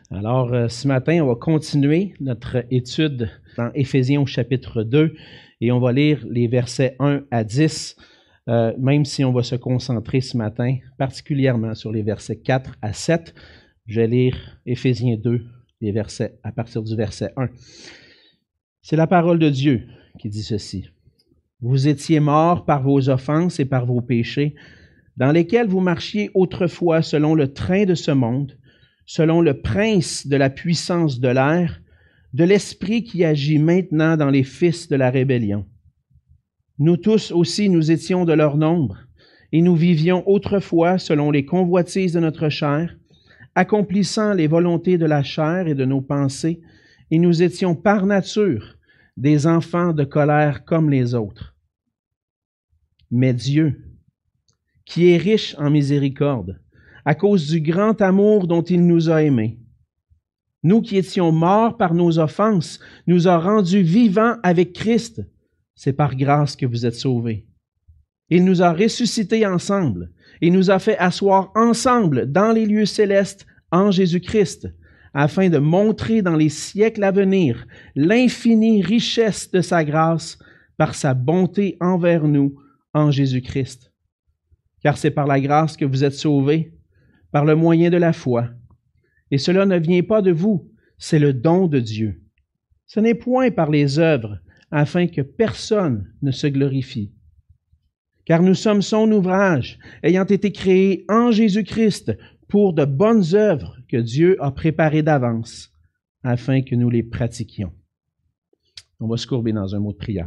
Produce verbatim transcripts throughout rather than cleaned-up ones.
Alors, euh, ce matin, on va continuer notre étude dans Éphésiens au chapitre deux et on va lire les versets un à dix, euh, même si on va se concentrer ce matin particulièrement sur les versets quatre à sept. Je vais lire Éphésiens deux, les versets, à partir du verset un. C'est la parole de Dieu qui dit ceci. « Vous étiez morts par vos offenses et par vos péchés, dans lesquels vous marchiez autrefois selon le train de ce monde, selon le prince de la puissance de l'air, de l'esprit qui agit maintenant dans les fils de la rébellion. Nous tous aussi, nous étions de leur nombre, et nous vivions autrefois selon les convoitises de notre chair, accomplissant les volontés de la chair et de nos pensées, et nous étions par nature des enfants de colère comme les autres. Mais Dieu, qui est riche en miséricorde, à cause du grand amour dont il nous a aimés, nous qui étions morts par nos offenses, nous a rendus vivants avec Christ. C'est par grâce que vous êtes sauvés. Il nous a ressuscités ensemble et nous a fait asseoir ensemble dans les lieux célestes en Jésus-Christ, afin de montrer dans les siècles à venir l'infinie richesse de sa grâce par sa bonté envers nous en Jésus-Christ. Car c'est par la grâce que vous êtes sauvés, par le moyen de la foi. Et cela ne vient pas de vous, c'est le don de Dieu. Ce n'est point par les œuvres, afin que personne ne se glorifie. Car nous sommes son ouvrage, ayant été créés en Jésus-Christ pour de bonnes œuvres que Dieu a préparées d'avance, afin que nous les pratiquions. » On va se courber dans un mot de prière.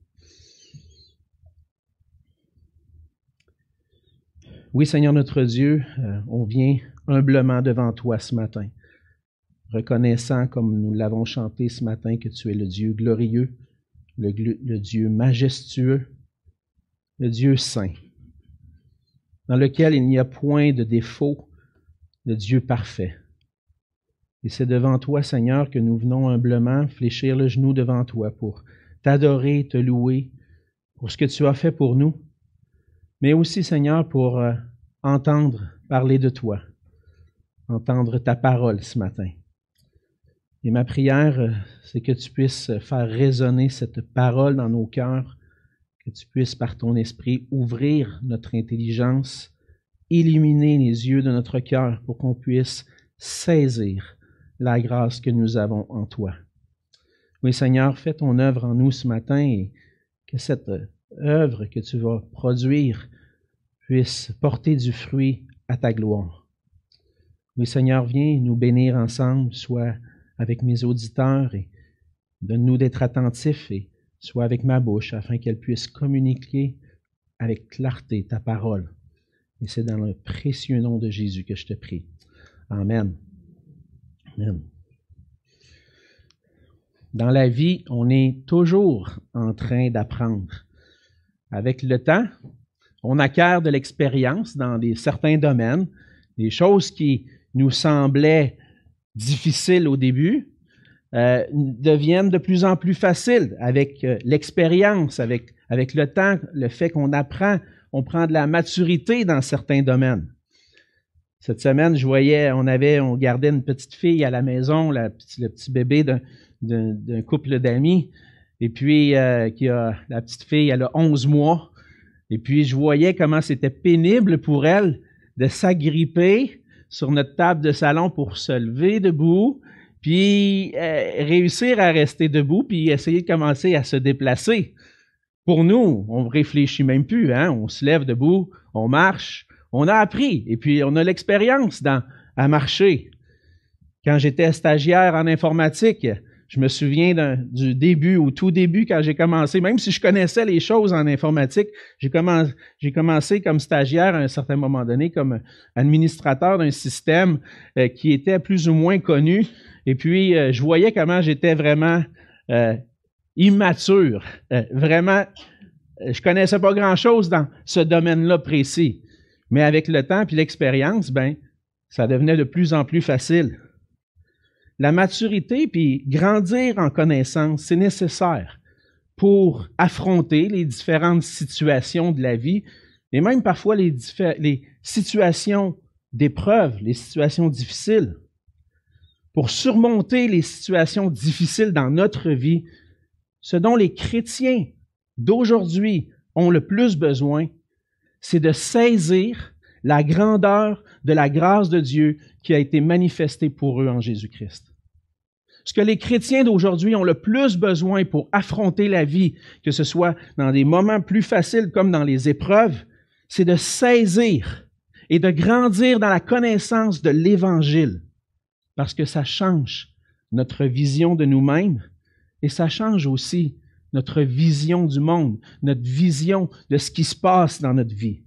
Oui, Seigneur notre Dieu, euh, on vient humblement devant toi ce matin, reconnaissant, comme nous l'avons chanté ce matin, que tu es le Dieu glorieux, le, le Dieu majestueux, le Dieu saint, dans lequel il n'y a point de défaut, le Dieu parfait. Et c'est devant toi, Seigneur, que nous venons humblement fléchir le genou devant toi pour t'adorer, te louer pour ce que tu as fait pour nous, mais aussi, Seigneur, pour euh, entendre parler de toi, entendre ta parole ce matin. Et ma prière, euh, c'est que tu puisses faire résonner cette parole dans nos cœurs, que tu puisses, par ton esprit, ouvrir notre intelligence, illuminer les yeux de notre cœur pour qu'on puisse saisir la grâce que nous avons en toi. Oui, Seigneur, fais ton œuvre en nous ce matin et que cette œuvre que tu vas produire puisse porter du fruit à ta gloire. Oui, Seigneur, viens nous bénir ensemble, soit avec mes auditeurs et donne-nous d'être attentifs et soit avec ma bouche afin qu'elle puisse communiquer avec clarté ta parole. Et c'est dans le précieux nom de Jésus que je te prie. Amen. Amen. Dans la vie, on est toujours en train d'apprendre. Avec le temps, on acquiert de l'expérience dans des, certains domaines, des choses qui nous semblaient difficiles au début, euh, deviennent de plus en plus faciles avec euh, l'expérience, avec, avec le temps, le fait qu'on apprend, on prend de la maturité dans certains domaines. Cette semaine, je voyais, on avait, on gardait une petite fille à la maison, la, le petit bébé d'un, d'un, d'un couple d'amis, et puis euh, qui a, la petite fille, elle a onze mois, et puis je voyais comment c'était pénible pour elle de s'agripper sur notre table de salon pour se lever debout, puis euh, réussir à rester debout, puis essayer de commencer à se déplacer. Pour nous, on ne réfléchit même plus, hein? On se lève debout, on marche, on a appris, et puis on a l'expérience dans, à marcher. Quand j'étais stagiaire en informatique, je me souviens d'un, du début, au tout début, quand j'ai commencé, même si je connaissais les choses en informatique, j'ai commencé, j'ai commencé comme stagiaire à un certain moment donné, comme administrateur d'un système euh, qui était plus ou moins connu. Et puis, euh, je voyais comment j'étais vraiment euh, immature. Euh, vraiment, je ne connaissais pas grand-chose dans ce domaine-là précis. Mais avec le temps et l'expérience, ben, ça devenait de plus en plus facile. La maturité puis grandir en connaissance, c'est nécessaire pour affronter les différentes situations de la vie et même parfois les, diffé- les situations d'épreuve, les situations difficiles. pour surmonter les situations difficiles dans notre vie, ce dont les chrétiens d'aujourd'hui ont le plus besoin, c'est de saisir la grandeur de la grâce de Dieu qui a été manifestée pour eux en Jésus-Christ. Ce que les chrétiens d'aujourd'hui ont le plus besoin pour affronter la vie, que ce soit dans des moments plus faciles comme dans les épreuves, c'est de saisir et de grandir dans la connaissance de l'Évangile, parce que ça change notre vision de nous-mêmes et ça change aussi notre vision du monde, notre vision de ce qui se passe dans notre vie.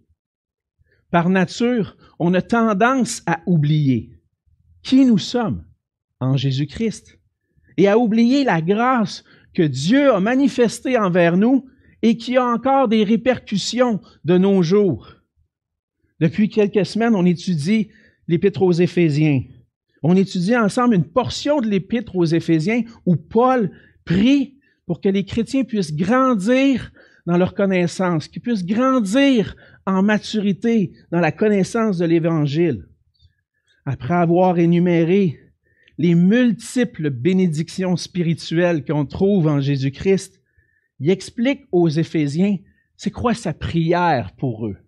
Par nature, on a tendance à oublier qui nous sommes en Jésus-Christ et à oublier la grâce que Dieu a manifestée envers nous et qui a encore des répercussions de nos jours. Depuis quelques semaines, on étudie l'Épître aux Éphésiens. On étudie ensemble une portion de l'Épître aux Éphésiens où Paul prie pour que les chrétiens puissent grandir dans leur connaissance, qu'ils puissent grandir en maturité dans la connaissance de l'Évangile. Après avoir énuméré les multiples bénédictions spirituelles qu'on trouve en Jésus-Christ, il explique aux Éphésiens c'est quoi sa prière pour eux.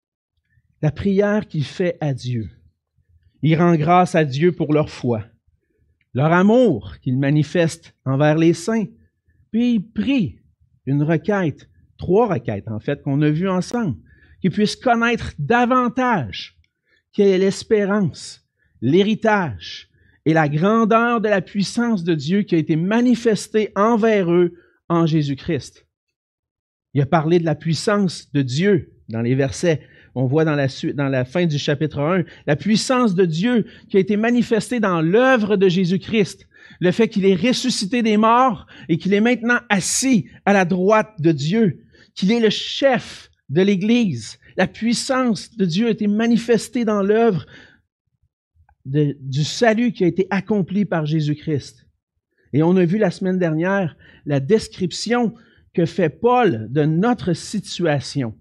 La prière qu'il fait à Dieu. Il rend grâce à Dieu pour leur foi, leur amour qu'il manifeste envers les saints, puis il prie une requête, trois requêtes en fait qu'on a vues ensemble, qu'ils puissent connaître davantage quelle est l'espérance, l'héritage et la grandeur de la puissance de Dieu qui a été manifestée envers eux en Jésus-Christ. Il a parlé de la puissance de Dieu dans les versets. On voit dans la, dans la fin du chapitre un, la puissance de Dieu qui a été manifestée dans l'œuvre de Jésus-Christ. Le fait qu'il est ressuscité des morts et qu'il est maintenant assis à la droite de Dieu, qu'il est le chef de l'Église. La puissance de Dieu a été manifestée dans l'œuvre de, du salut qui a été accompli par Jésus-Christ. Et on a vu la semaine dernière la description que fait Paul de notre situation.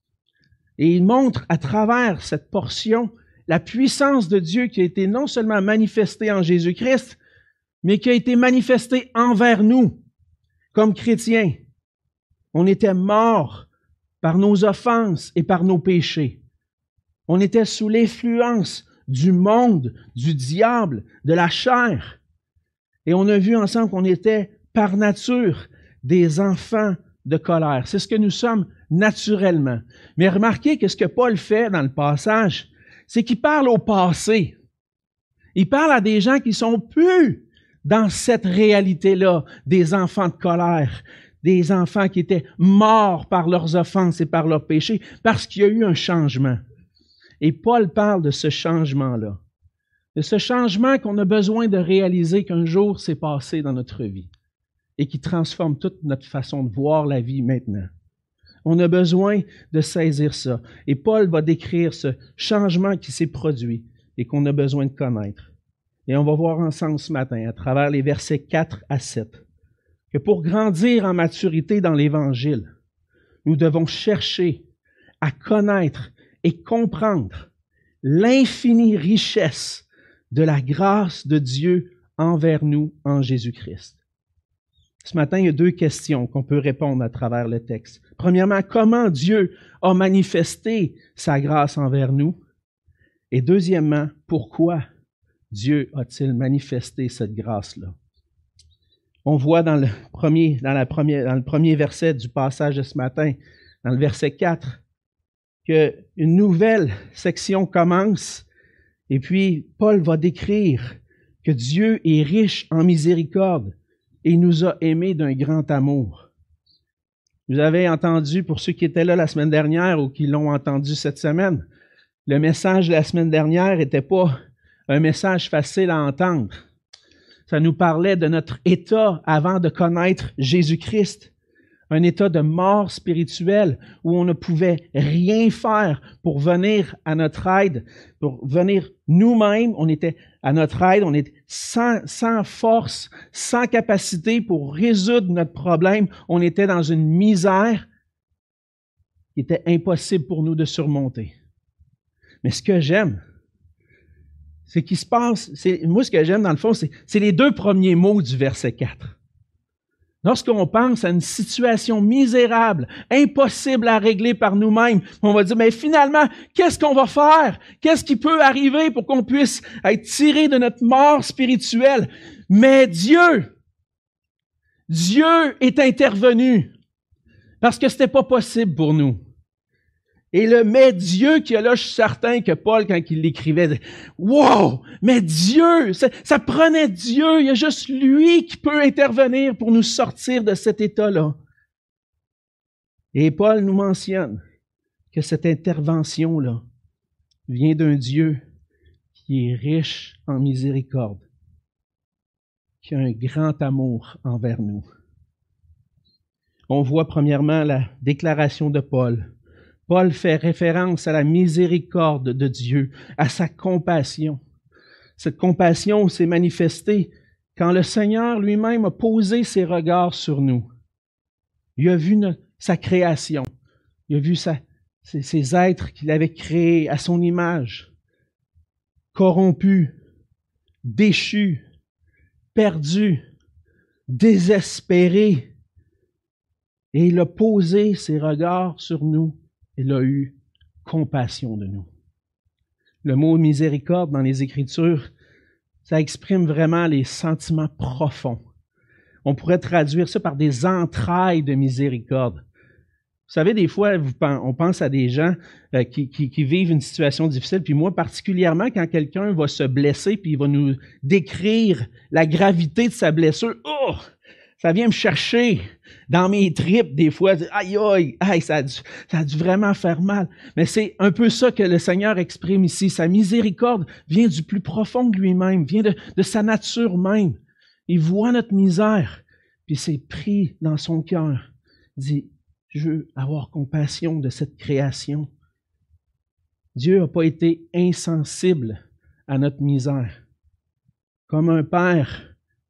Et il montre à travers cette portion la puissance de Dieu qui a été non seulement manifestée en Jésus-Christ, mais qui a été manifestée envers nous, comme chrétiens. On était morts par nos offenses et par nos péchés. On était sous l'influence du monde, du diable, de la chair. Et on a vu ensemble qu'on était par nature des enfants de colère. C'est ce que nous sommes naturellement. Mais remarquez que ce que Paul fait dans le passage, c'est qu'il parle au passé. Il parle à des gens qui sont plus dans cette réalité-là, des enfants de colère, des enfants qui étaient morts par leurs offenses et par leurs péchés, parce qu'il y a eu un changement. Et Paul parle de ce changement-là, de ce changement qu'on a besoin de réaliser qu'un jour s'est passé dans notre vie et qui transforme toute notre façon de voir la vie maintenant. On a besoin de saisir ça. Et Paul va décrire ce changement qui s'est produit et qu'on a besoin de connaître. Et on va voir ensemble ce matin, à travers les versets quatre à sept, que pour grandir en maturité dans l'Évangile, nous devons chercher à connaître et comprendre l'infinie richesse de la grâce de Dieu envers nous en Jésus-Christ. Ce matin, il y a deux questions qu'on peut répondre à travers le texte. Premièrement, comment Dieu a manifesté sa grâce envers nous? Et deuxièmement, pourquoi Dieu a-t-il manifesté cette grâce-là? On voit dans le premier, dans la première, dans le premier verset du passage de ce matin, dans le verset quatre, qu'une nouvelle section commence et puis Paul va décrire que Dieu est riche en miséricorde et il nous a aimés d'un grand amour. Vous avez entendu, pour ceux qui étaient là la semaine dernière ou qui l'ont entendu cette semaine, le message de la semaine dernière n'était pas un message facile à entendre. Ça nous parlait de notre état avant de connaître Jésus-Christ. Un état de mort spirituelle où on ne pouvait rien faire pour venir à notre aide, pour venir nous-mêmes. On était à notre aide, on était sans, sans force, sans capacité pour résoudre notre problème. On était dans une misère qui était impossible pour nous de surmonter. Mais ce que j'aime, C'est qu'il se passe, c'est, moi ce que j'aime dans le fond, c'est, c'est les deux premiers mots du verset quatre. Lorsqu'on pense à une situation misérable, impossible à régler par nous-mêmes, on va dire, mais finalement, qu'est-ce qu'on va faire? Qu'est-ce qui peut arriver pour qu'on puisse être tiré de notre mort spirituelle? Mais Dieu, Dieu est intervenu parce que c'était pas possible pour nous. Et le « mais Dieu » qui est là, je suis certain que Paul, quand il l'écrivait, disait « Wow! Mais Dieu! Ça, ça prenait Dieu! Il y a juste lui qui peut intervenir pour nous sortir de cet état-là. » Et Paul nous mentionne que cette intervention-là vient d'un Dieu qui est riche en miséricorde, qui a un grand amour envers nous. On voit premièrement la déclaration de Paul. Paul fait référence à la miséricorde de Dieu, à sa compassion. Cette compassion s'est manifestée quand le Seigneur lui-même a posé ses regards sur nous. Il a vu notre, sa création. Il a vu sa, ces, ces êtres qu'il avait créés à son image, corrompus, déchus, perdus, désespérés. Et il a posé ses regards sur nous. Il a eu compassion de nous. Le mot miséricorde dans les Écritures, ça exprime vraiment les sentiments profonds. On pourrait traduire ça par des entrailles de miséricorde. Vous savez, des fois, on pense à des gens qui, qui, qui vivent une situation difficile, puis moi, particulièrement, quand quelqu'un va se blesser, puis il va nous décrire la gravité de sa blessure, oh! Ça vient me chercher dans mes tripes des fois. Aïe, aïe, aïe, ça a, dû, ça a dû vraiment faire mal. Mais c'est un peu ça que le Seigneur exprime ici. Sa miséricorde vient du plus profond de lui-même, vient de, de sa nature même. Il voit notre misère, puis c'est pris dans son cœur. Il dit, je veux avoir compassion de cette création. Dieu n'a pas été insensible à notre misère. Comme un père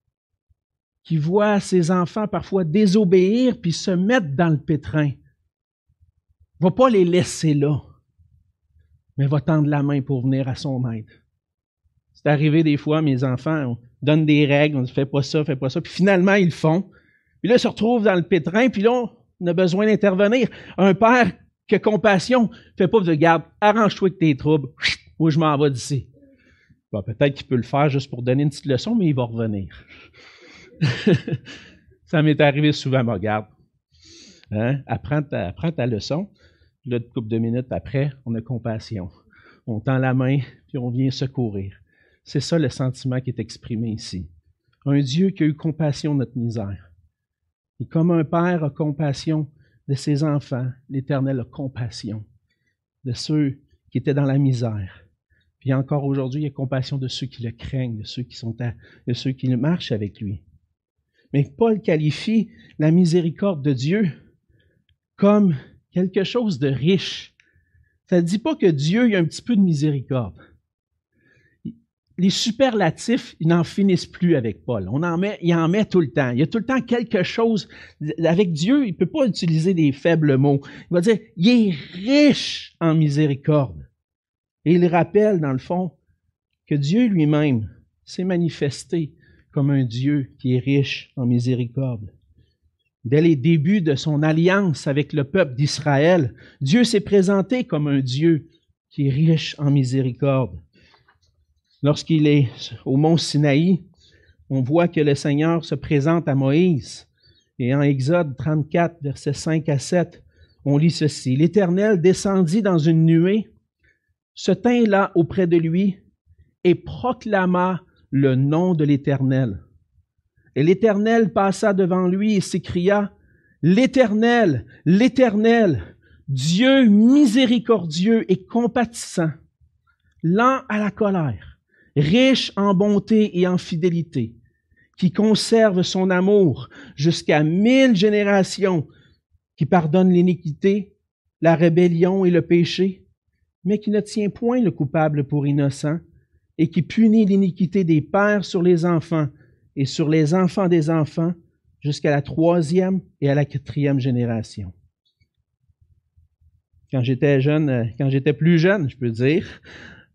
qui voit ses enfants parfois désobéir puis se mettre dans le pétrin, ne va pas les laisser là, mais va tendre la main pour venir à son aide. C'est arrivé des fois, mes enfants, on donne des règles, on dit « fais pas ça, fais pas ça », puis finalement, ils le font. Puis là, ils se retrouvent dans le pétrin, puis là, on a besoin d'intervenir. Un père qui a compassion ne fait pas de « garde, arrange-toi avec tes troubles, ou je m'en vais d'ici ». Bon, peut-être qu'il peut le faire juste pour donner une petite leçon, mais il va revenir. Ça m'est arrivé souvent, mais regarde, hein? apprends, ta, apprends ta leçon, puis là, une couple de minutes après, on a compassion. On tend la main, puis on vient secourir. C'est ça le sentiment qui est exprimé ici. Un Dieu qui a eu compassion de notre misère. Et comme un père a compassion de ses enfants, l'Éternel a compassion de ceux qui étaient dans la misère. Puis encore aujourd'hui, il y a compassion de ceux qui le craignent, de ceux qui sont à, de ceux qui marchent avec lui. Mais Paul qualifie la miséricorde de Dieu comme quelque chose de riche. Ça ne dit pas que Dieu il a un petit peu de miséricorde. Les superlatifs, ils n'en finissent plus avec Paul. On en met, il en met tout le temps. Il y a tout le temps quelque chose. Avec Dieu, il ne peut pas utiliser des faibles mots. Il va dire, il est riche en miséricorde. Et il rappelle, dans le fond, que Dieu lui-même s'est manifesté comme un Dieu qui est riche en miséricorde. Dès les débuts de son alliance avec le peuple d'Israël, Dieu s'est présenté comme un Dieu qui est riche en miséricorde. Lorsqu'il est au mont Sinaï, on voit que le Seigneur se présente à Moïse. Et en Exode trente-quatre, versets cinq à sept, on lit ceci. « L'Éternel descendit dans une nuée, se tint là auprès de lui et proclama le nom de l'Éternel. Et l'Éternel passa devant lui et s'écria, « L'Éternel, l'Éternel, Dieu miséricordieux et compatissant, lent à la colère, riche en bonté et en fidélité, qui conserve son amour jusqu'à mille générations, qui pardonne l'iniquité, la rébellion et le péché, mais qui ne tient point le coupable pour innocent, et qui punit l'iniquité des pères sur les enfants et sur les enfants des enfants jusqu'à la troisième et à la quatrième génération. » Quand j'étais jeune, quand j'étais plus jeune, je peux dire,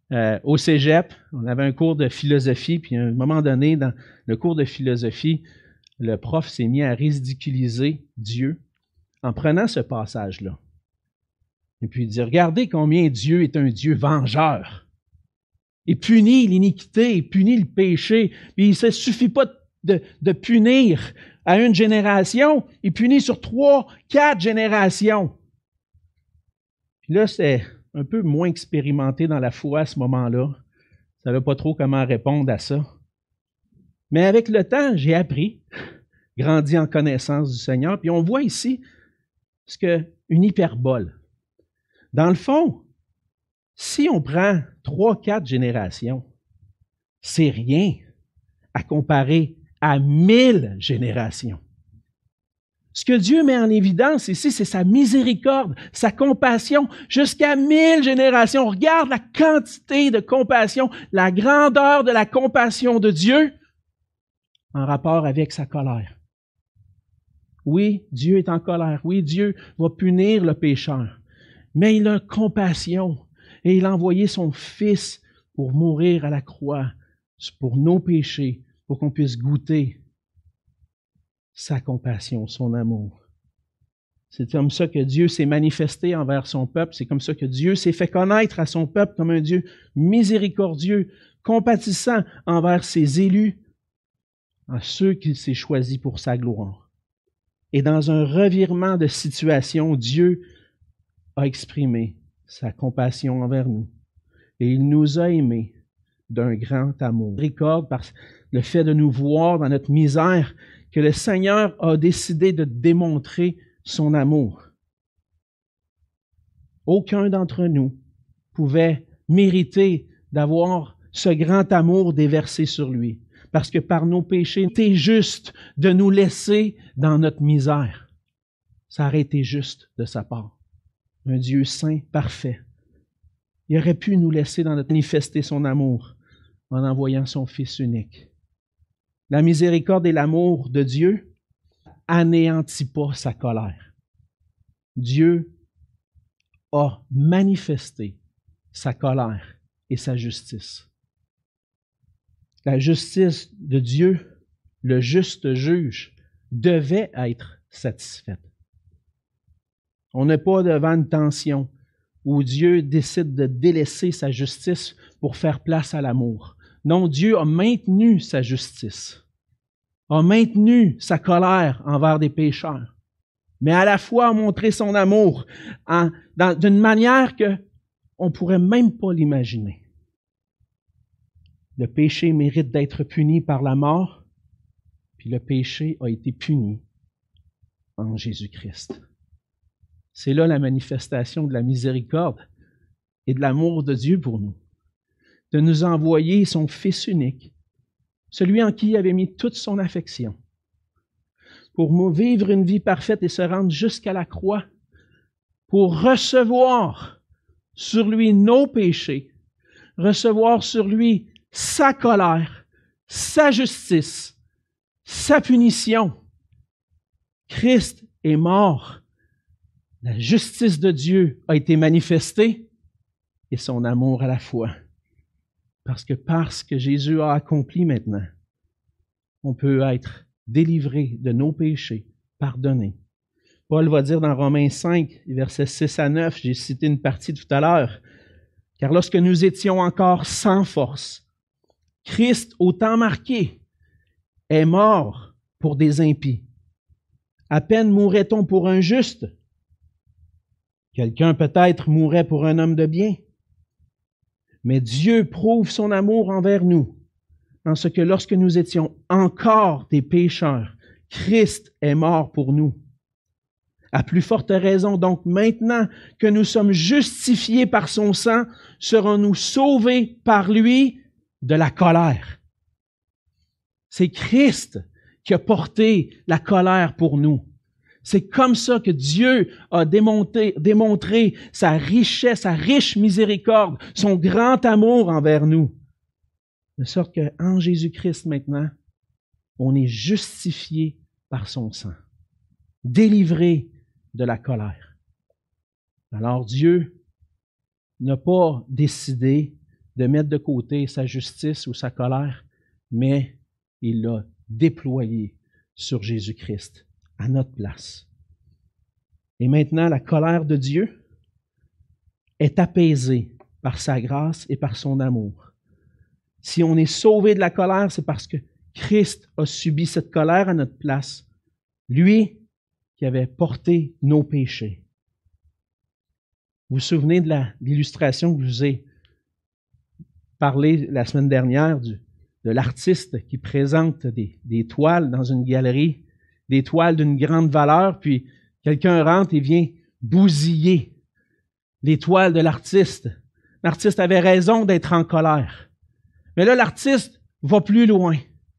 euh, au cégep, on avait un cours de philosophie, puis à un moment donné, dans le cours de philosophie, le prof s'est mis à ridiculiser Dieu en prenant ce passage-là. Et puis il dit, regardez combien Dieu est un Dieu vengeur. Il punit l'iniquité, il punit le péché. Puis il ne suffit pas de, de punir à une génération, il punit sur trois, quatre générations. Puis là, c'est un peu moins expérimenté dans la foi à ce moment-là. Je ne savais pas trop comment répondre à ça. Mais avec le temps, j'ai appris, grandi en connaissance du Seigneur. Puis on voit ici ce que une hyperbole. Dans le fond, si on prend trois, quatre générations, c'est rien à comparer à mille générations. Ce que Dieu met en évidence ici, c'est sa miséricorde, sa compassion jusqu'à mille générations. On regarde la quantité de compassion, la grandeur de la compassion de Dieu en rapport avec sa colère. Oui, Dieu est en colère. Oui, Dieu va punir le pécheur. Mais il a compassion et il a envoyé son Fils pour mourir à la croix, pour nos péchés, pour qu'on puisse goûter sa compassion, son amour. C'est comme ça que Dieu s'est manifesté envers son peuple. C'est comme ça que Dieu s'est fait connaître à son peuple comme un Dieu miséricordieux, compatissant envers ses élus, à ceux qu'il s'est choisis pour sa gloire. Et dans un revirement de situation, Dieu a exprimé sa compassion envers nous. Et il nous a aimés d'un grand amour. Miséricorde par le fait de nous voir dans notre misère, que le Seigneur a décidé de démontrer son amour. Aucun d'entre nous pouvait mériter d'avoir ce grand amour déversé sur lui, parce que par nos péchés, c'est juste de nous laisser dans notre misère. Ça aurait été juste de sa part. Un Dieu saint, parfait. Il aurait pu nous laisser dans notre manifester son amour en envoyant son Fils unique. La miséricorde et l'amour de Dieu anéantit pas sa colère. Dieu a manifesté sa colère et sa justice. La justice de Dieu, le juste juge, devait être satisfaite. On n'est pas devant une tension où Dieu décide de délaisser sa justice pour faire place à l'amour. Non, Dieu a maintenu sa justice, a maintenu sa colère envers des pécheurs, mais à la fois a montré son amour en, dans, d'une manière qu'on ne pourrait même pas l'imaginer. Le péché mérite d'être puni par la mort, puis le péché a été puni en Jésus-Christ. C'est là la manifestation de la miséricorde et de l'amour de Dieu pour nous, de nous envoyer son Fils unique, celui en qui il avait mis toute son affection, pour vivre une vie parfaite et se rendre jusqu'à la croix, pour recevoir sur lui nos péchés, recevoir sur lui sa colère, sa justice, sa punition. Christ est mort. La justice de Dieu a été manifestée et son amour à la fois. Parce que parce que Jésus a accompli maintenant, on peut être délivré de nos péchés, pardonné. Paul va dire dans Romains cinq, versets six à neuf, j'ai cité une partie tout à l'heure, « Car lorsque nous étions encore sans force, Christ, au temps marqué, est mort pour des impies. À peine mourrait-on pour un juste. Quelqu'un peut-être mourrait pour un homme de bien. Mais Dieu prouve son amour envers nous, en ce que lorsque nous étions encore des pécheurs, Christ est mort pour nous. À plus forte raison, donc maintenant que nous sommes justifiés par son sang, serons-nous sauvés par lui de la colère. » C'est Christ qui a porté la colère pour nous. C'est comme ça que Dieu a démontré, démontré sa richesse, sa riche miséricorde, son grand amour envers nous. De sorte qu'en Jésus-Christ maintenant, on est justifié par son sang, délivré de la colère. Alors Dieu n'a pas décidé de mettre de côté sa justice ou sa colère, mais il l'a déployé sur Jésus-Christ, à notre place. Et maintenant, la colère de Dieu est apaisée par sa grâce et par son amour. Si on est sauvé de la colère, c'est parce que Christ a subi cette colère à notre place, lui qui avait porté nos péchés. Vous vous souvenez de la, l'illustration que je vous ai parlé la semaine dernière du, de l'artiste qui présente des, des toiles dans une galerie, des toiles d'une grande valeur, puis quelqu'un rentre et vient bousiller les toiles de l'artiste. L'artiste avait raison d'être en colère. Mais là, l'artiste va plus loin.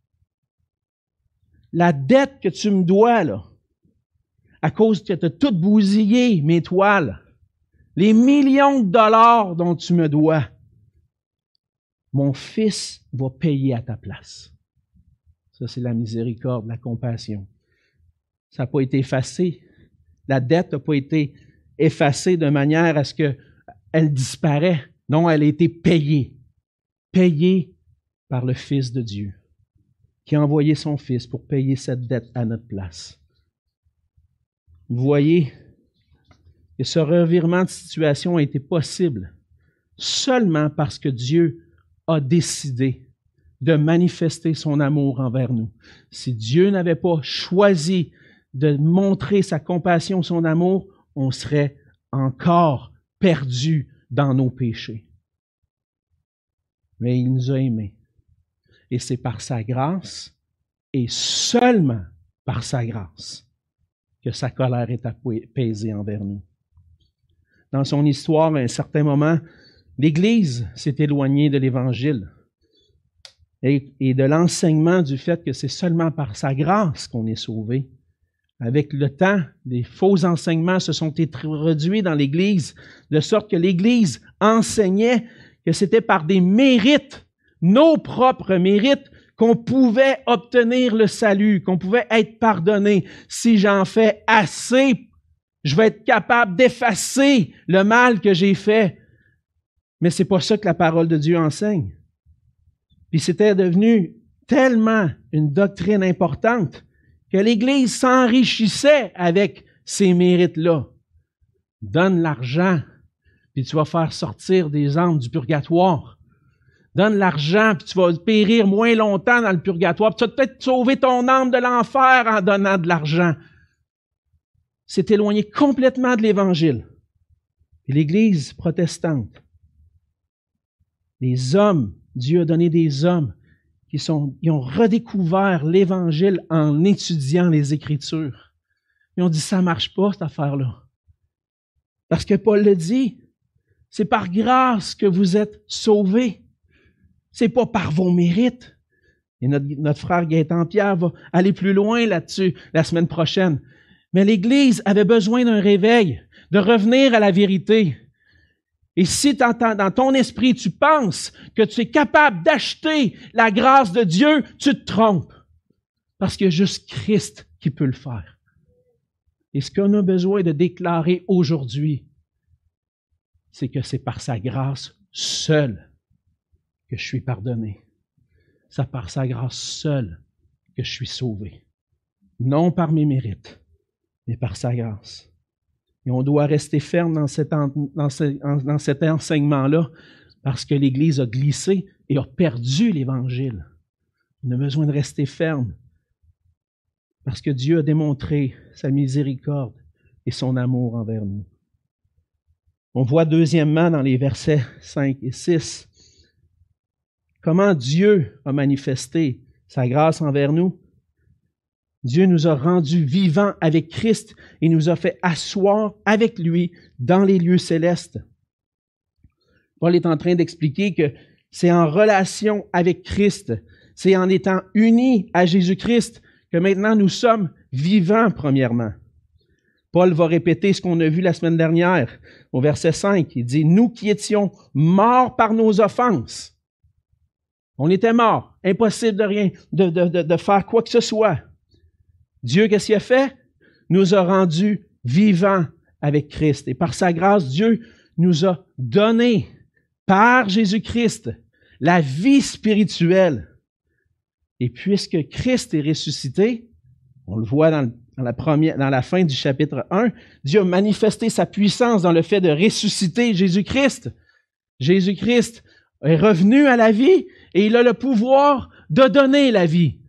La dette que tu me dois, là, à cause que tu as tout bousillé mes toiles, les millions de dollars dont tu me dois, mon fils va payer à ta place. Ça, c'est la miséricorde, la compassion. Ça n'a pas été effacé. La dette n'a pas été effacée de manière à ce qu'elle disparaît. Non, elle a été payée. Payée par le Fils de Dieu, qui a envoyé son Fils pour payer cette dette à notre place. Vous voyez que ce revirement de situation a été possible seulement parce que Dieu a décidé de manifester son amour envers nous. Si Dieu n'avait pas choisi de montrer sa compassion, son amour, on serait encore perdus dans nos péchés. Mais il nous a aimés. Et c'est par sa grâce, et seulement par sa grâce, que sa colère est apaisée envers nous. Dans son histoire, à un certain moment, l'Église s'est éloignée de l'Évangile et, et de l'enseignement du fait que c'est seulement par sa grâce qu'on est sauvé. Avec le temps, les faux enseignements se sont introduits dans l'Église, de sorte que l'Église enseignait que c'était par des mérites, nos propres mérites, qu'on pouvait obtenir le salut, qu'on pouvait être pardonné. Si j'en fais assez, je vais être capable d'effacer le mal que j'ai fait. Mais c'est pas ça que la parole de Dieu enseigne. Puis c'était devenu tellement une doctrine importante que l'Église s'enrichissait avec ces mérites-là. Donne l'argent, puis tu vas faire sortir des âmes du purgatoire. Donne l'argent, puis tu vas périr moins longtemps dans le purgatoire. Puis tu vas peut-être sauver ton âme de l'enfer en donnant de l'argent. C'est éloigné complètement de l'Évangile. Et l'Église protestante, les hommes, Dieu a donné des hommes qui, sont, qui ont redécouvert l'Évangile en étudiant les Écritures. Ils ont dit, ça ne marche pas, cette affaire-là. Parce que Paul le dit, c'est par grâce que vous êtes sauvés. C'est pas par vos mérites. Et notre, notre frère Gaëtan Pierre va aller plus loin là-dessus la semaine prochaine. Mais l'Église avait besoin d'un réveil, de revenir à la vérité. Et si dans ton esprit, tu penses que tu es capable d'acheter la grâce de Dieu, tu te trompes. Parce qu'il y a juste Christ qui peut le faire. Et ce qu'on a besoin de déclarer aujourd'hui, c'est que c'est par sa grâce seule que je suis pardonné. C'est par sa grâce seule que je suis sauvé. Non par mes mérites, mais par sa grâce. Et on doit rester ferme dans cet, en, dans ce, en, dans cet enseignement-là parce que l'Église a glissé et a perdu l'Évangile. On a besoin de rester ferme parce que Dieu a démontré sa miséricorde et son amour envers nous. On voit deuxièmement dans les versets cinq et six comment Dieu a manifesté sa grâce envers nous. Dieu nous a rendus vivants avec Christ et nous a fait asseoir avec lui dans les lieux célestes. Paul est en train d'expliquer que c'est en relation avec Christ, c'est en étant unis à Jésus-Christ que maintenant nous sommes vivants premièrement. Paul va répéter ce qu'on a vu la semaine dernière au verset cinq. Il dit, « Nous qui étions morts par nos offenses. » On était morts, impossible de rien, de, de, de, de faire quoi que ce soit. Dieu, qu'est-ce qu'il a fait? Nous a rendus vivants avec Christ. Et par sa grâce, Dieu nous a donné par Jésus-Christ, la vie spirituelle. Et puisque Christ est ressuscité, on le voit dans, dans, la première, dans la fin du chapitre un, Dieu a manifesté sa puissance dans le fait de ressusciter Jésus-Christ. Jésus-Christ est revenu à la vie et il a le pouvoir de donner la vie.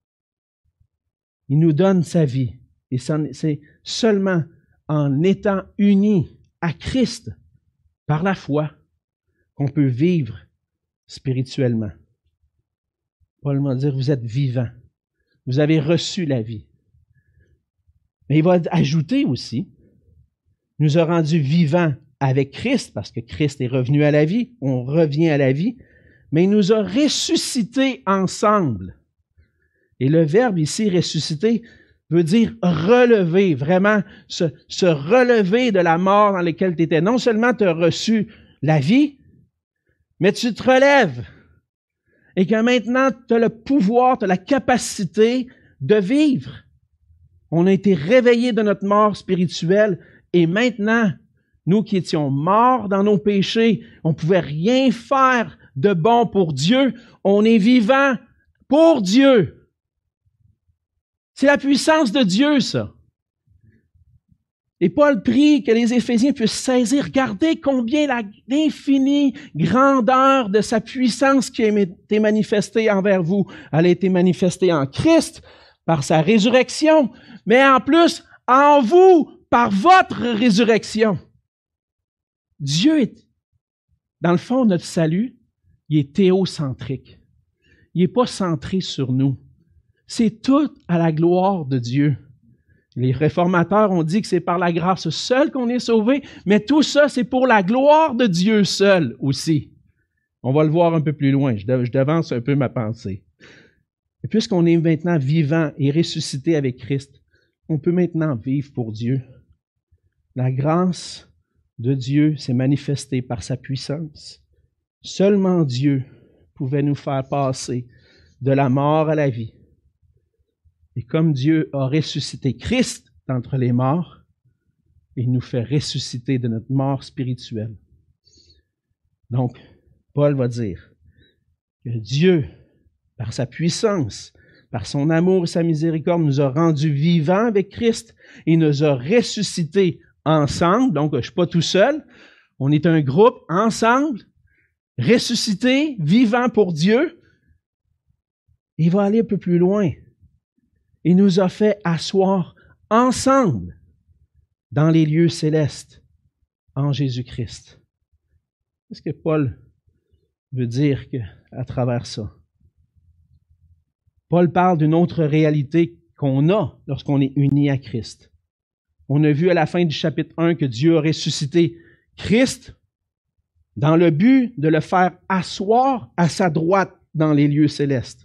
Il nous donne sa vie. Et c'est seulement en étant unis à Christ par la foi qu'on peut vivre spirituellement. Paul va dire, vous êtes vivants. Vous avez reçu la vie. Mais il va ajouter aussi, nous a rendus vivants avec Christ, parce que Christ est revenu à la vie, on revient à la vie, mais il nous a ressuscités ensemble. Et le verbe ici, ressusciter, veut dire relever, vraiment se, se relever de la mort dans laquelle tu étais. Non seulement tu as reçu la vie, mais tu te relèves. Et que maintenant, tu as le pouvoir, tu as la capacité de vivre. On a été réveillés de notre mort spirituelle et maintenant, nous qui étions morts dans nos péchés, on ne pouvait rien faire de bon pour Dieu, on est vivant pour Dieu. C'est la puissance de Dieu, ça. Et Paul prie que les Éphésiens puissent saisir, regardez combien l'infinie grandeur de sa puissance qui a été manifestée envers vous, elle a été manifestée en Christ par sa résurrection, mais en plus en vous par votre résurrection. Dieu est, dans le fond, notre salut, il est théocentrique. Il n'est pas centré sur nous. C'est tout à la gloire de Dieu. Les réformateurs ont dit que c'est par la grâce seule qu'on est sauvé, mais tout ça, c'est pour la gloire de Dieu seul aussi. On va le voir un peu plus loin. Je devance un peu ma pensée. Et puisqu'on est maintenant vivant et ressuscité avec Christ, on peut maintenant vivre pour Dieu. La grâce de Dieu s'est manifestée par sa puissance. Seulement Dieu pouvait nous faire passer de la mort à la vie. Et comme Dieu a ressuscité Christ d'entre les morts, il nous fait ressusciter de notre mort spirituelle. Donc, Paul va dire que Dieu, par sa puissance, par son amour et sa miséricorde, nous a rendus vivants avec Christ et nous a ressuscités ensemble. Donc, je ne suis pas tout seul. On est un groupe ensemble, ressuscités, vivants pour Dieu. Il va aller un peu plus loin. Il nous a fait asseoir ensemble dans les lieux célestes en Jésus-Christ. Qu'est-ce que Paul veut dire que, à travers ça? Paul parle d'une autre réalité qu'on a lorsqu'on est unis à Christ. On a vu à la fin du chapitre un que Dieu a ressuscité Christ dans le but de le faire asseoir à sa droite dans les lieux célestes.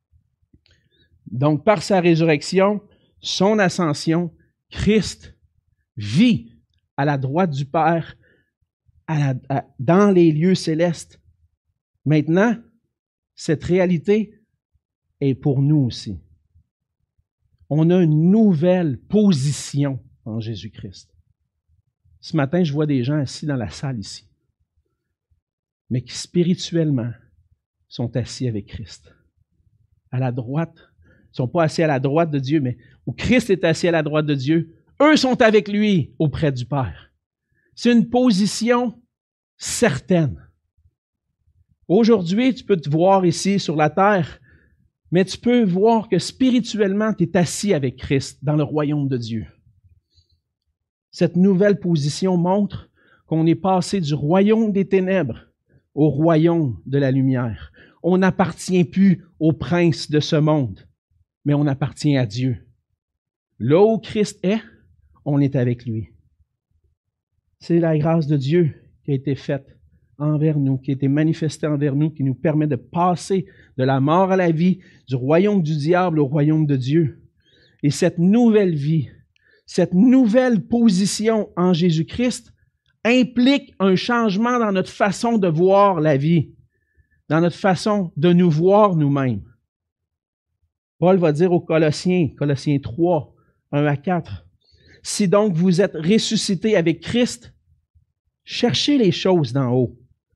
Donc, par sa résurrection, son ascension, Christ vit à la droite du Père, à la, à, dans les lieux célestes. Maintenant, cette réalité est pour nous aussi. On a une nouvelle position en Jésus-Christ. Ce matin, je vois des gens assis dans la salle ici, mais qui spirituellement sont assis avec Christ. À la droite, ils ne sont pas assis à la droite de Dieu, mais où Christ est assis à la droite de Dieu, eux sont avec lui auprès du Père. C'est une position certaine. Aujourd'hui, tu peux te voir ici sur la terre, mais tu peux voir que spirituellement, tu es assis avec Christ dans le royaume de Dieu. Cette nouvelle position montre qu'on est passé du royaume des ténèbres au royaume de la lumière. On n'appartient plus au prince de ce monde, mais on appartient à Dieu. Là où Christ est, on est avec lui. C'est la grâce de Dieu qui a été faite envers nous, qui a été manifestée envers nous, qui nous permet de passer de la mort à la vie, du royaume du diable au royaume de Dieu. Et cette nouvelle vie, cette nouvelle position en Jésus-Christ implique un changement dans notre façon de voir la vie, dans notre façon de nous voir nous-mêmes. Paul va dire aux Colossiens, Colossiens trois, un à quatre, « Si donc vous êtes ressuscités avec Christ, cherchez les choses d'en haut,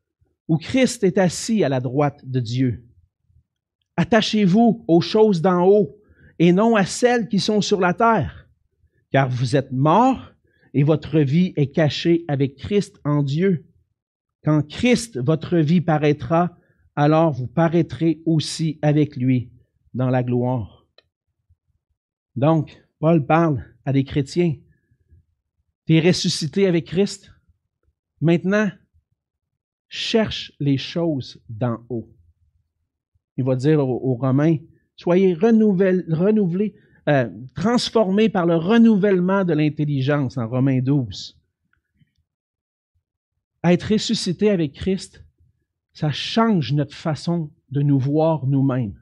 où Christ est assis à la droite de Dieu. Attachez-vous aux choses d'en haut et non à celles qui sont sur la terre, car vous êtes morts et votre vie est cachée avec Christ en Dieu. Quand Christ, votre vie, paraîtra, alors vous paraîtrez aussi avec lui dans la gloire. Donc, Paul parle à des chrétiens. Tu es ressuscité avec Christ. Maintenant, cherche les choses d'en haut. Il va dire aux, aux Romains, soyez renouvel, renouvelés, euh, transformés par le renouvellement de l'intelligence, en Romains douze. Être ressuscité avec Christ, ça change notre façon de nous voir nous-mêmes.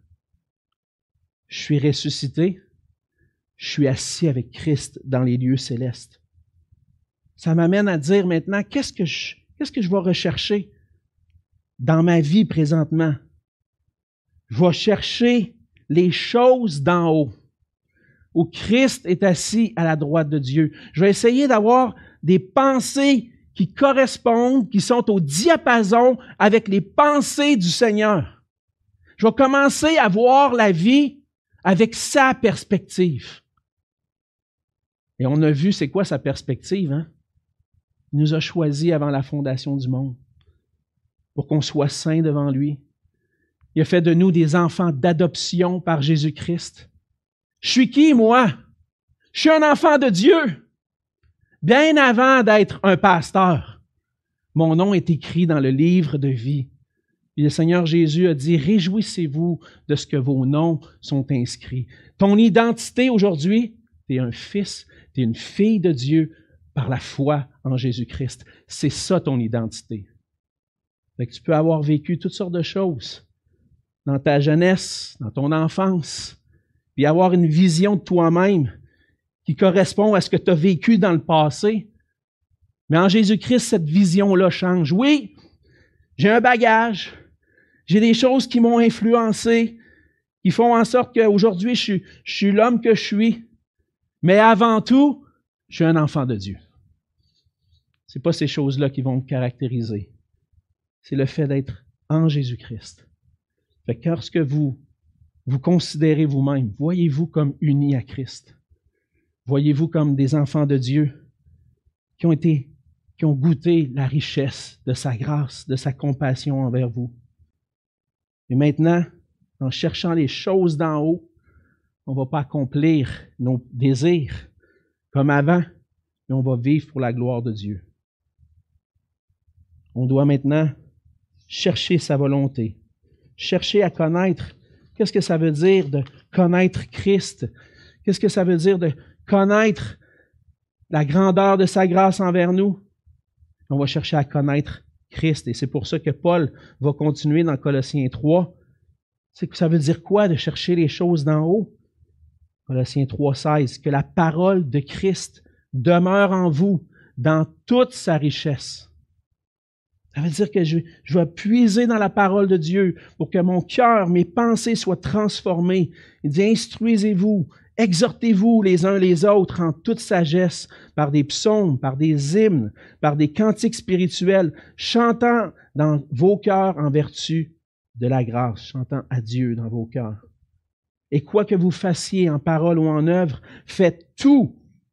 Je suis ressuscité, je suis assis avec Christ dans les lieux célestes. Ça m'amène à dire maintenant, qu'est-ce que je, qu'est-ce que je vais rechercher dans ma vie présentement? Je vais chercher les choses d'en haut, où Christ est assis à la droite de Dieu. Je vais essayer d'avoir des pensées qui correspondent, qui sont au diapason avec les pensées du Seigneur. Je vais commencer à voir la vie avec sa perspective. Et on a vu c'est quoi sa perspective, hein? Il nous a choisis avant la fondation du monde pour qu'on soit saints devant lui. Il a fait de nous des enfants d'adoption par Jésus-Christ. Je suis qui, moi? Je suis un enfant de Dieu. Bien avant d'être un pasteur, mon nom est écrit dans le livre de vie. Et le Seigneur Jésus a dit, réjouissez-vous de ce que vos noms sont inscrits. Ton identité aujourd'hui, tu es un fils, tu es une fille de Dieu par la foi en Jésus-Christ. C'est ça ton identité. Fait que tu peux avoir vécu toutes sortes de choses dans ta jeunesse, dans ton enfance, puis avoir une vision de toi-même qui correspond à ce que tu as vécu dans le passé. Mais en Jésus-Christ, cette vision-là change. Oui, j'ai un bagage, j'ai des choses qui m'ont influencé, qui font en sorte qu'aujourd'hui, je suis, je suis l'homme que je suis. Mais avant tout, je suis un enfant de Dieu. Ce n'est pas ces choses-là qui vont me caractériser. C'est le fait d'être en Jésus-Christ. Fait que lorsque vous vous considérez vous-même, voyez-vous comme unis à Christ. Voyez-vous comme des enfants de Dieu qui ont été, qui ont goûté la richesse de sa grâce, de sa compassion envers vous. Et maintenant, en cherchant les choses d'en haut, on ne va pas accomplir nos désirs comme avant, mais on va vivre pour la gloire de Dieu. On doit maintenant chercher sa volonté, chercher à connaître. Qu'est-ce que ça veut dire de connaître Christ? Qu'est-ce que ça veut dire de connaître la grandeur de sa grâce envers nous? On va chercher à connaître Christ. Et c'est pour ça que Paul va continuer dans Colossiens trois. C'est que ça veut dire quoi de chercher les choses d'en haut? Colossiens trois, seize. Que la parole de Christ demeure en vous dans toute sa richesse. Ça veut dire que je, je vais puiser dans la parole de Dieu pour que mon cœur, mes pensées soient transformées. Il dit, instruisez-vous, exhortez-vous les uns les autres en toute sagesse, par des psaumes, par des hymnes, par des cantiques spirituels, chantant dans vos cœurs en vertu de la grâce, chantant à Dieu dans vos cœurs. Et quoi que vous fassiez en parole ou en œuvre, faites tout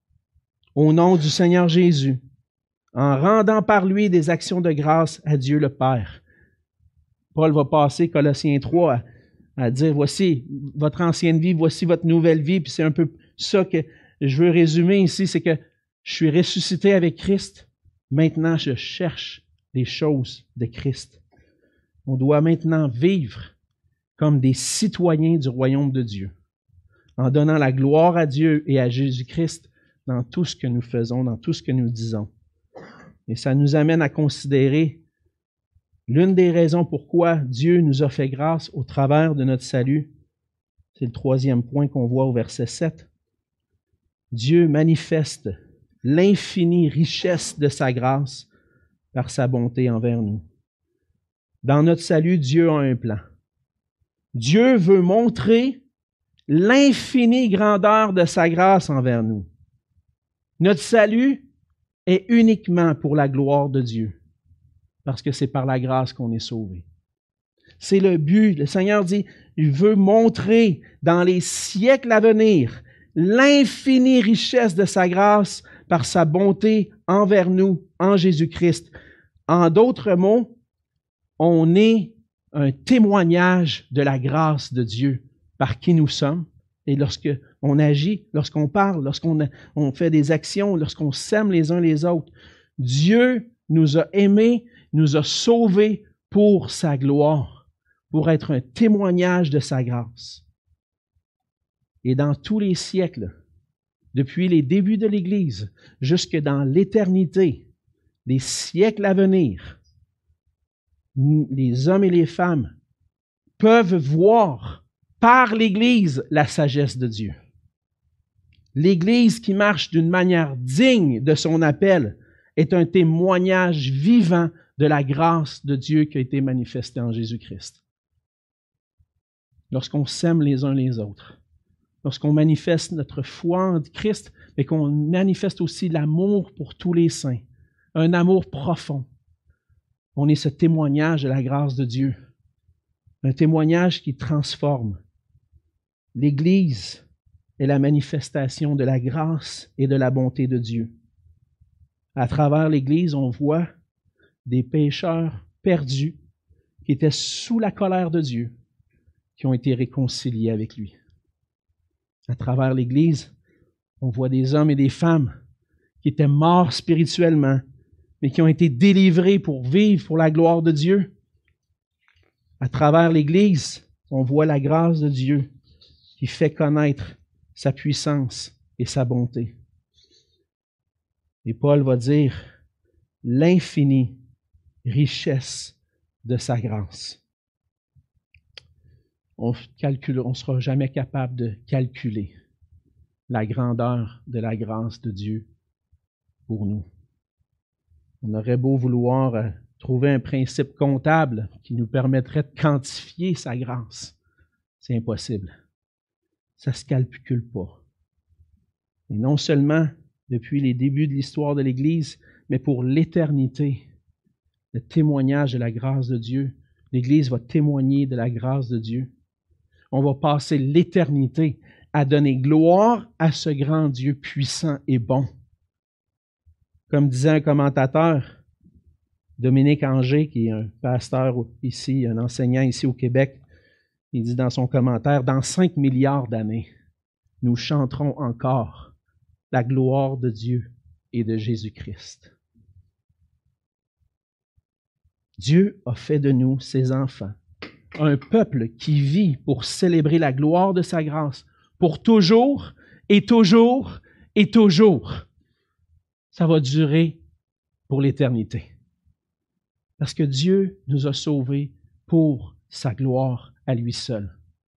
au nom du Seigneur Jésus, en rendant par lui des actions de grâce à Dieu le Père. Paul va passer, Colossiens trois, à, à dire, voici votre ancienne vie, voici votre nouvelle vie, puis c'est un peu ça que je veux résumer ici, c'est que je suis ressuscité avec Christ, maintenant je cherche les choses de Christ. On doit maintenant vivre comme des citoyens du royaume de Dieu, en donnant la gloire à Dieu et à Jésus-Christ dans tout ce que nous faisons, dans tout ce que nous disons. Et ça nous amène à considérer l'une des raisons pourquoi Dieu nous a fait grâce au travers de notre salut. C'est le troisième point qu'on voit au verset sept. Dieu manifeste l'infinie richesse de sa grâce par sa bonté envers nous. Dans notre salut, Dieu a un plan. Dieu veut montrer l'infinie grandeur de sa grâce envers nous. Notre salut est uniquement pour la gloire de Dieu. parce que c'est par la grâce qu'on est sauvé. C'est le but. Le Seigneur dit, il veut montrer dans les siècles à venir l'infinie richesse de sa grâce par sa bonté envers nous en Jésus-Christ. En d'autres mots, on est un témoignage de la grâce de Dieu par qui nous sommes. Et lorsqu'on agit, lorsqu'on parle, lorsqu'on on fait des actions, lorsqu'on s'aime les uns les autres, Dieu nous a aimés, nous a sauvés pour sa gloire, pour être un témoignage de sa grâce. Et dans tous les siècles, depuis les débuts de l'Église, jusque dans l'éternité, les siècles à venir, les hommes et les femmes peuvent voir par l'Église la sagesse de Dieu. L'Église qui marche d'une manière digne de son appel est un témoignage vivant de la grâce de Dieu qui a été manifestée en Jésus-Christ. Lorsqu'on s'aime les uns les autres, lorsqu'on manifeste notre foi en Christ, mais qu'on manifeste aussi l'amour pour tous les saints, un amour profond, on est ce témoignage de la grâce de Dieu, un témoignage qui transforme. L'Église est la manifestation de la grâce et de la bonté de Dieu. À travers l'Église, on voit des pécheurs perdus qui étaient sous la colère de Dieu, qui ont été réconciliés avec lui. À travers l'Église, on voit des hommes et des femmes qui étaient morts spirituellement, mais qui ont été délivrés pour vivre pour la gloire de Dieu. À travers l'Église, on voit la grâce de Dieu qui fait connaître sa puissance et sa bonté. Et Paul va dire l'infinie richesse de sa grâce. On calcule, on ne sera jamais capable de calculer la grandeur de la grâce de Dieu pour nous. On aurait beau vouloir trouver un principe comptable qui nous permettrait de quantifier sa grâce. C'est impossible. Ça ne se calcule pas. Et non seulement depuis les débuts de l'histoire de l'Église, mais pour l'éternité, le témoignage de la grâce de Dieu. L'Église va témoigner de la grâce de Dieu. On va passer l'éternité à donner gloire à ce grand Dieu puissant et bon. Comme disait un commentateur, Dominique Angers, qui est un pasteur ici, un enseignant ici au Québec, il dit dans son commentaire, « Dans cinq milliards d'années, nous chanterons encore la gloire de Dieu et de Jésus-Christ. » Dieu a fait de nous, ses enfants, un peuple qui vit pour célébrer la gloire de sa grâce, pour toujours et toujours et toujours. Ça va durer pour l'éternité. Parce que Dieu nous a sauvés pour sa gloire à lui seul.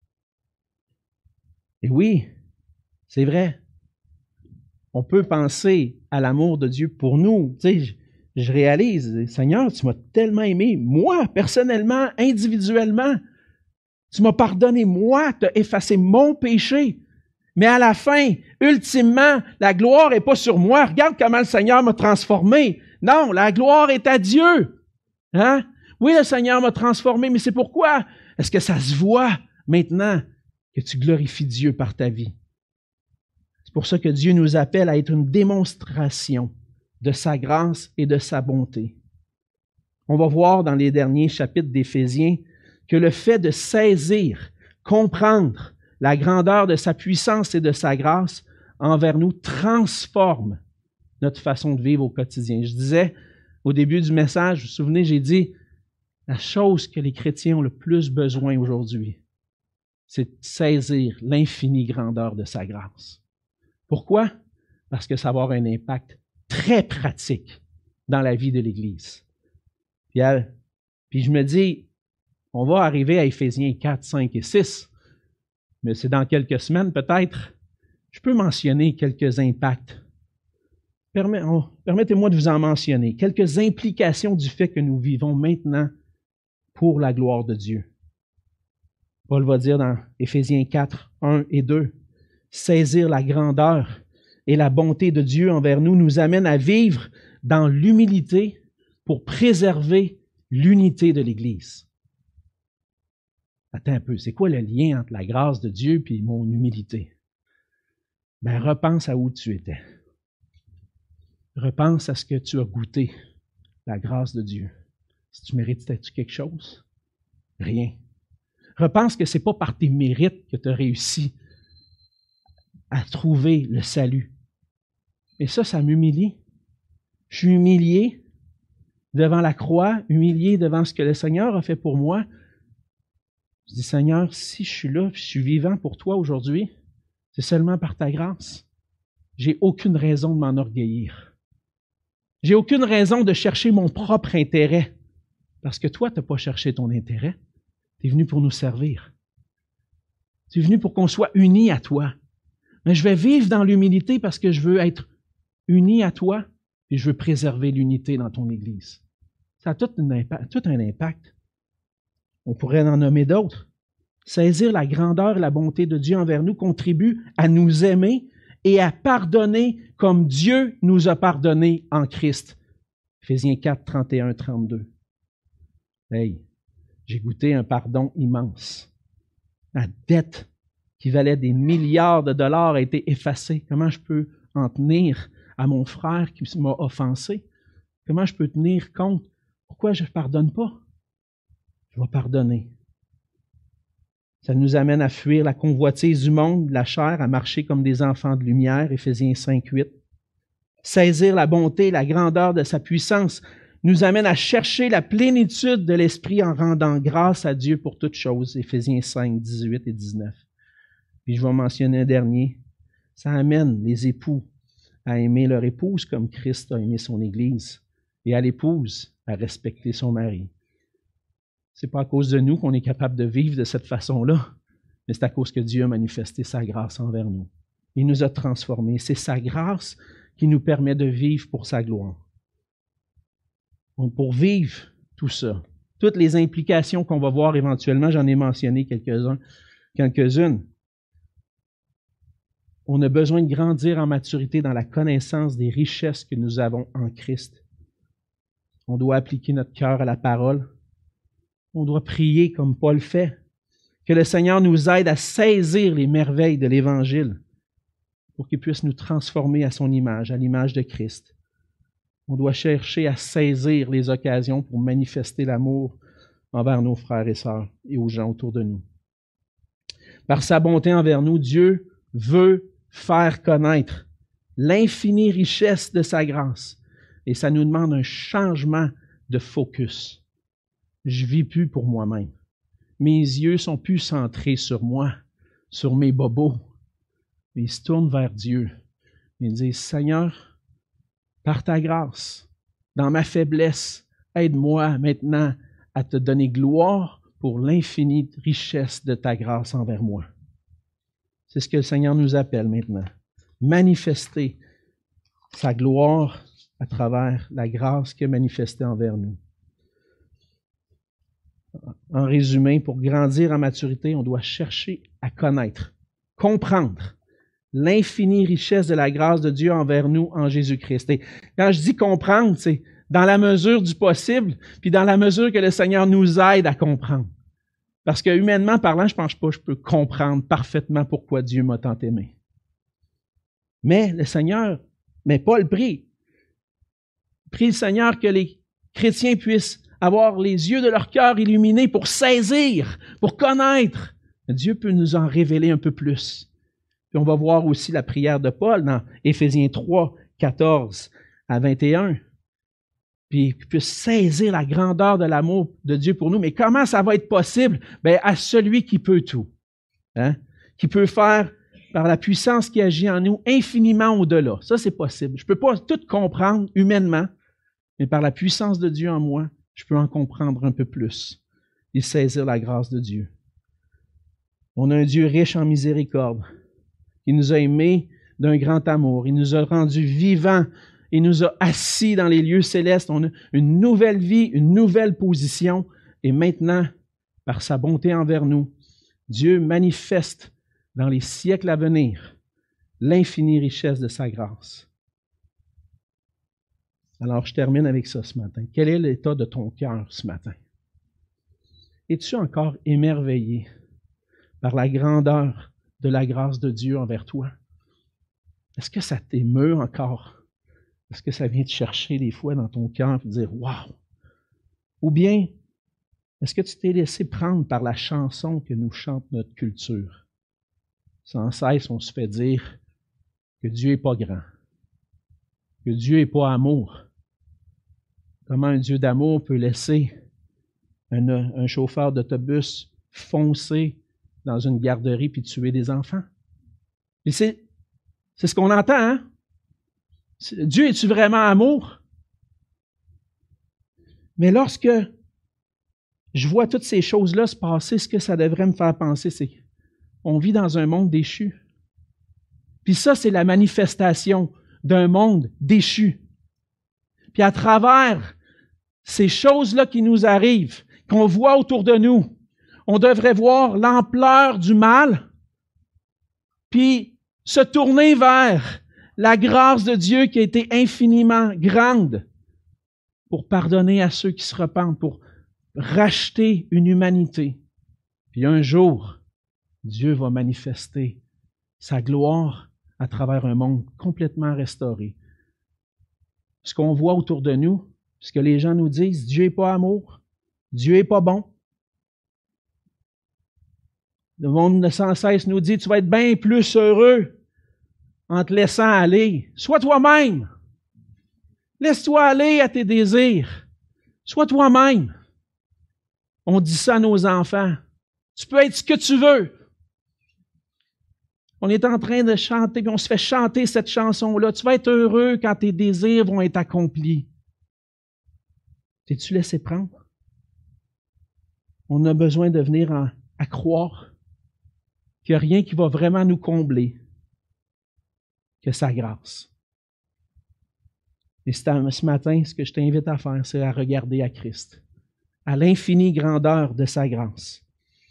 Et oui, c'est vrai, on peut penser à l'amour de Dieu pour nous. Tu sais, je, je réalise, Seigneur, tu m'as tellement aimé, moi, personnellement, individuellement. Tu m'as pardonné, moi, tu as effacé mon péché. Mais à la fin, ultimement, la gloire n'est pas sur moi. Regarde comment le Seigneur m'a transformé. Non, la gloire est à Dieu. Hein? Oui, le Seigneur m'a transformé, mais c'est pourquoi? Est-ce que ça se voit maintenant que tu glorifies Dieu par ta vie? C'est pour ça que Dieu nous appelle à être une démonstration de sa grâce et de sa bonté. On va voir dans les derniers chapitres d'Éphésiens que le fait de saisir, comprendre la grandeur de sa puissance et de sa grâce envers nous transforme notre façon de vivre au quotidien. Je disais au début du message, vous vous souvenez, j'ai dit, la chose que les chrétiens ont le plus besoin aujourd'hui, c'est de saisir l'infinie grandeur de sa grâce. Pourquoi? Parce que ça va avoir un impact très pratique dans la vie de l'Église. Puis, puis je me dis, on va arriver à Éphésiens quatre, cinq et six, mais c'est dans quelques semaines peut-être. Je peux mentionner quelques impacts. Permet, oh, permettez-moi de vous en mentionner quelques implications du fait que nous vivons maintenant pour la gloire de Dieu. Paul va dire dans Éphésiens quatre, un et deux, « Saisir la grandeur et la bonté de Dieu envers nous nous amène à vivre dans l'humilité pour préserver l'unité de l'Église. Attends un peu, c'est quoi le lien entre la grâce de Dieu et mon humilité? Ben, repense à où tu étais. Repense à ce que tu as goûté, la grâce de Dieu. Si tu méritais-tu quelque chose? Rien. Repense que ce n'est pas par tes mérites que tu as réussi à trouver le salut. Et ça, ça m'humilie. Je suis humilié devant la croix, humilié devant ce que le Seigneur a fait pour moi. Je dis, Seigneur, si je suis là, je suis vivant pour toi aujourd'hui, c'est seulement par ta grâce. J'ai aucune raison de m'enorgueillir. J'ai aucune raison de chercher mon propre intérêt. Parce que toi, tu n'as pas cherché ton intérêt. Tu es venu pour nous servir. Tu es venu pour qu'on soit unis à toi. Mais je vais vivre dans l'humilité parce que je veux être uni à toi et je veux préserver l'unité dans ton Église. Ça a tout un impact. Tout un impact. On pourrait en nommer d'autres. Saisir la grandeur et la bonté de Dieu envers nous contribue à nous aimer et à pardonner comme Dieu nous a pardonné en Christ. Éphésiens quatre, trente et un, trente-deux. Hey, j'ai goûté un pardon immense. La dette qui valait des milliards de dollars a été effacée. Comment je peux en tenir à mon frère qui m'a offensé? Comment je peux tenir compte? Pourquoi je ne pardonne pas? Je vais pardonner. Ça nous amène à fuir la convoitise du monde, de la chair, à marcher comme des enfants de lumière, Éphésiens cinq, huit. Saisir la bonté et la grandeur de sa puissance nous amène à chercher la plénitude de l'Esprit en rendant grâce à Dieu pour toutes choses, Éphésiens cinq, dix-huit et dix-neuf. Puis je vais mentionner un dernier. Ça amène les époux à aimer leur épouse comme Christ a aimé son Église et à l'épouse à respecter son mari. Ce n'est pas à cause de nous qu'on est capable de vivre de cette façon-là, mais c'est à cause que Dieu a manifesté sa grâce envers nous. Il nous a transformés. C'est sa grâce qui nous permet de vivre pour sa gloire. Donc, pour vivre tout ça, toutes les implications qu'on va voir éventuellement, j'en ai mentionné quelques-uns, quelques-unes. On a besoin de grandir en maturité dans la connaissance des richesses que nous avons en Christ. On doit appliquer notre cœur à la parole. On doit prier comme Paul fait. Que le Seigneur nous aide à saisir les merveilles de l'Évangile pour qu'il puisse nous transformer à son image, à l'image de Christ. On doit chercher à saisir les occasions pour manifester l'amour envers nos frères et sœurs et aux gens autour de nous. Par sa bonté envers nous, Dieu veut faire connaître l'infinie richesse de sa grâce. Et ça nous demande un changement de focus. Je ne vis plus pour moi-même. Mes yeux sont plus centrés sur moi, sur mes bobos. Mais ils se tournent vers Dieu. Ils disent, Seigneur, par ta grâce, dans ma faiblesse, aide-moi maintenant à te donner gloire pour l'infinie richesse de ta grâce envers moi. C'est ce que le Seigneur nous appelle maintenant. Manifester sa gloire à travers la grâce qu'il a manifestée envers nous. En résumé, pour grandir en maturité, on doit chercher à connaître, comprendre l'infinie richesse de la grâce de Dieu envers nous en Jésus-Christ. Et quand je dis comprendre, c'est dans la mesure du possible, puis dans la mesure que le Seigneur nous aide à comprendre. Parce que humainement parlant, je ne pense pas que je peux comprendre parfaitement pourquoi Dieu m'a tant aimé. Mais le Seigneur, mais Paul prie. Prie le Seigneur que les chrétiens puissent avoir les yeux de leur cœur illuminés pour saisir, pour connaître. Dieu peut nous en révéler un peu plus. Puis on va voir aussi la prière de Paul dans Éphésiens trois, quatorze à vingt et un. Puis qu'il puisse saisir la grandeur de l'amour de Dieu pour nous. Mais comment ça va être possible? Bien, à celui qui peut tout. Hein? Qui peut faire, par la puissance qui agit en nous, infiniment au-delà. Ça, c'est possible. Je ne peux pas tout comprendre humainement, mais par la puissance de Dieu en moi, je peux en comprendre un peu plus et saisir la grâce de Dieu. On a un Dieu riche en miséricorde. Il nous a aimés d'un grand amour. Il nous a rendus vivants. Il nous a assis dans les lieux célestes. On a une nouvelle vie, une nouvelle position. Et maintenant, par sa bonté envers nous, Dieu manifeste dans les siècles à venir l'infinie richesse de sa grâce. Alors, je termine avec ça ce matin. Quel est l'état de ton cœur ce matin? Es-tu encore émerveillé par la grandeur de la grâce de Dieu envers toi? Est-ce que ça t'émeut encore? Est-ce que ça vient te chercher des fois dans ton cœur et te dire « Wow! » Ou bien, est-ce que tu t'es laissé prendre par la chanson que nous chante notre culture? Sans cesse, on se fait dire que Dieu n'est pas grand, que Dieu n'est pas amour. Comment un Dieu d'amour peut laisser un, un chauffeur d'autobus foncer dans une garderie puis tuer des enfants? Et c'est, c'est ce qu'on entend, hein? Dieu est-tu vraiment amour? Mais lorsque je vois toutes ces choses-là se passer, ce que ça devrait me faire penser, c'est qu'on vit dans un monde déchu. Puis ça, c'est la manifestation d'un monde déchu. Puis à travers ces choses-là qui nous arrivent, qu'on voit autour de nous, on devrait voir l'ampleur du mal, puis se tourner vers la grâce de Dieu qui a été infiniment grande pour pardonner à ceux qui se repentent, pour racheter une humanité. Puis un jour, Dieu va manifester sa gloire à travers un monde complètement restauré. Ce qu'on voit autour de nous, ce que les gens nous disent, Dieu n'est pas amour, Dieu n'est pas bon. Le monde de sans cesse nous dit, tu vas être bien plus heureux en te laissant aller. Sois toi-même. Laisse-toi aller à tes désirs. Sois toi-même. On dit ça à nos enfants. Tu peux être ce que tu veux. On est en train de chanter, puis on se fait chanter cette chanson-là. Tu vas être heureux quand tes désirs vont être accomplis. T'es-tu laissé prendre? On a besoin de venir en, à croire qu'il n'y a rien qui va vraiment nous combler que sa grâce. Et ce matin, ce que je t'invite à faire, c'est à regarder à Christ, à l'infinie grandeur de sa grâce.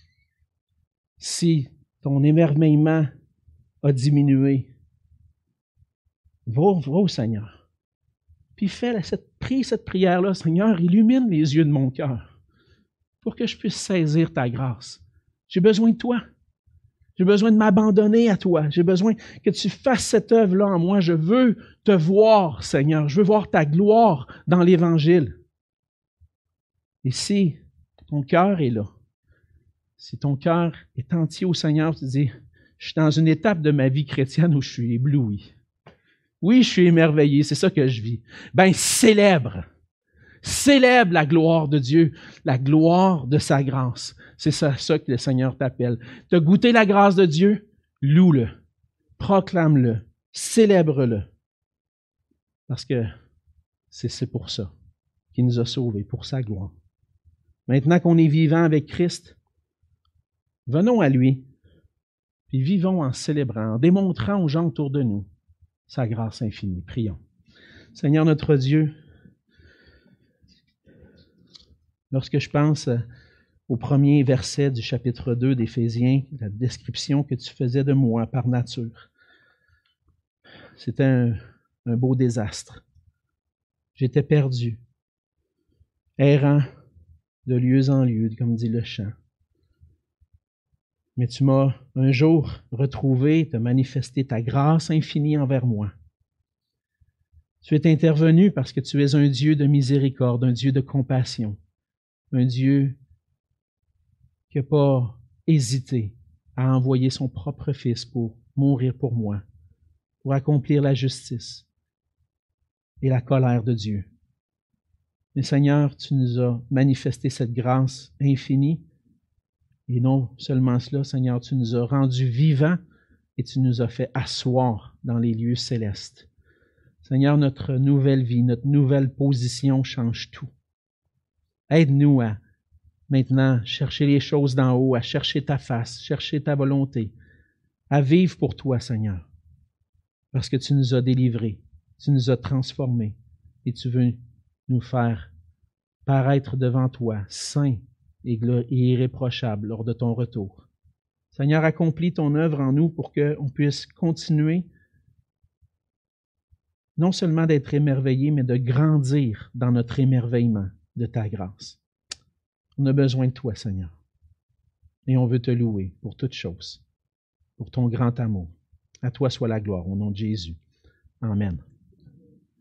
Si ton émerveillement a diminué, va, va au Seigneur. Puis fais cette, prie cette prière-là, Seigneur, illumine les yeux de mon cœur pour que je puisse saisir ta grâce. J'ai besoin de toi. J'ai besoin de m'abandonner à toi. J'ai besoin que tu fasses cette œuvre-là en moi. Je veux te voir, Seigneur. Je veux voir ta gloire dans l'Évangile. Et si ton cœur est là, si ton cœur est entier au Seigneur, tu te dis, je suis dans une étape de ma vie chrétienne où je suis ébloui. Oui, je suis émerveillé, c'est ça que je vis. Ben, célèbre. Célèbre la gloire de Dieu, la gloire de sa grâce. C'est ça, ça que le Seigneur t'appelle. Tu as goûté la grâce de Dieu? Loue-le, proclame-le, célèbre-le. Parce que c'est, c'est pour ça qu'il nous a sauvés, pour sa gloire. Maintenant qu'on est vivant avec Christ, venons à lui, puis vivons en célébrant, en démontrant aux gens autour de nous sa grâce infinie. Prions. Seigneur notre Dieu, lorsque je pense au premier verset du chapitre deux d'Éphésiens, la description que tu faisais de moi par nature, c'était un, un beau désastre. J'étais perdu, errant de lieu en lieu, comme dit le chant. Mais tu m'as un jour retrouvé, tu as manifesté ta grâce infinie envers moi. Tu es intervenu parce que tu es un Dieu de miséricorde, un Dieu de compassion, un Dieu qui n'a pas hésité à envoyer son propre Fils pour mourir pour moi, pour accomplir la justice et la colère de Dieu. Mais Seigneur, tu nous as manifesté cette grâce infinie. Et non seulement cela, Seigneur, tu nous as rendus vivants et tu nous as fait asseoir dans les lieux célestes. Seigneur, notre nouvelle vie, notre nouvelle position change tout. Aide-nous à maintenant chercher les choses d'en haut, à chercher ta face, chercher ta volonté, à vivre pour toi, Seigneur, parce que tu nous as délivrés, tu nous as transformés et tu veux nous faire paraître devant toi, saints et irréprochables lors de ton retour. Seigneur, accomplis ton œuvre en nous pour qu'on puisse continuer non seulement d'être émerveillés, mais de grandir dans notre émerveillement de ta grâce. On a besoin de toi, Seigneur. Et on veut te louer pour toutes choses, pour ton grand amour. À toi soit la gloire, au nom de Jésus. Amen.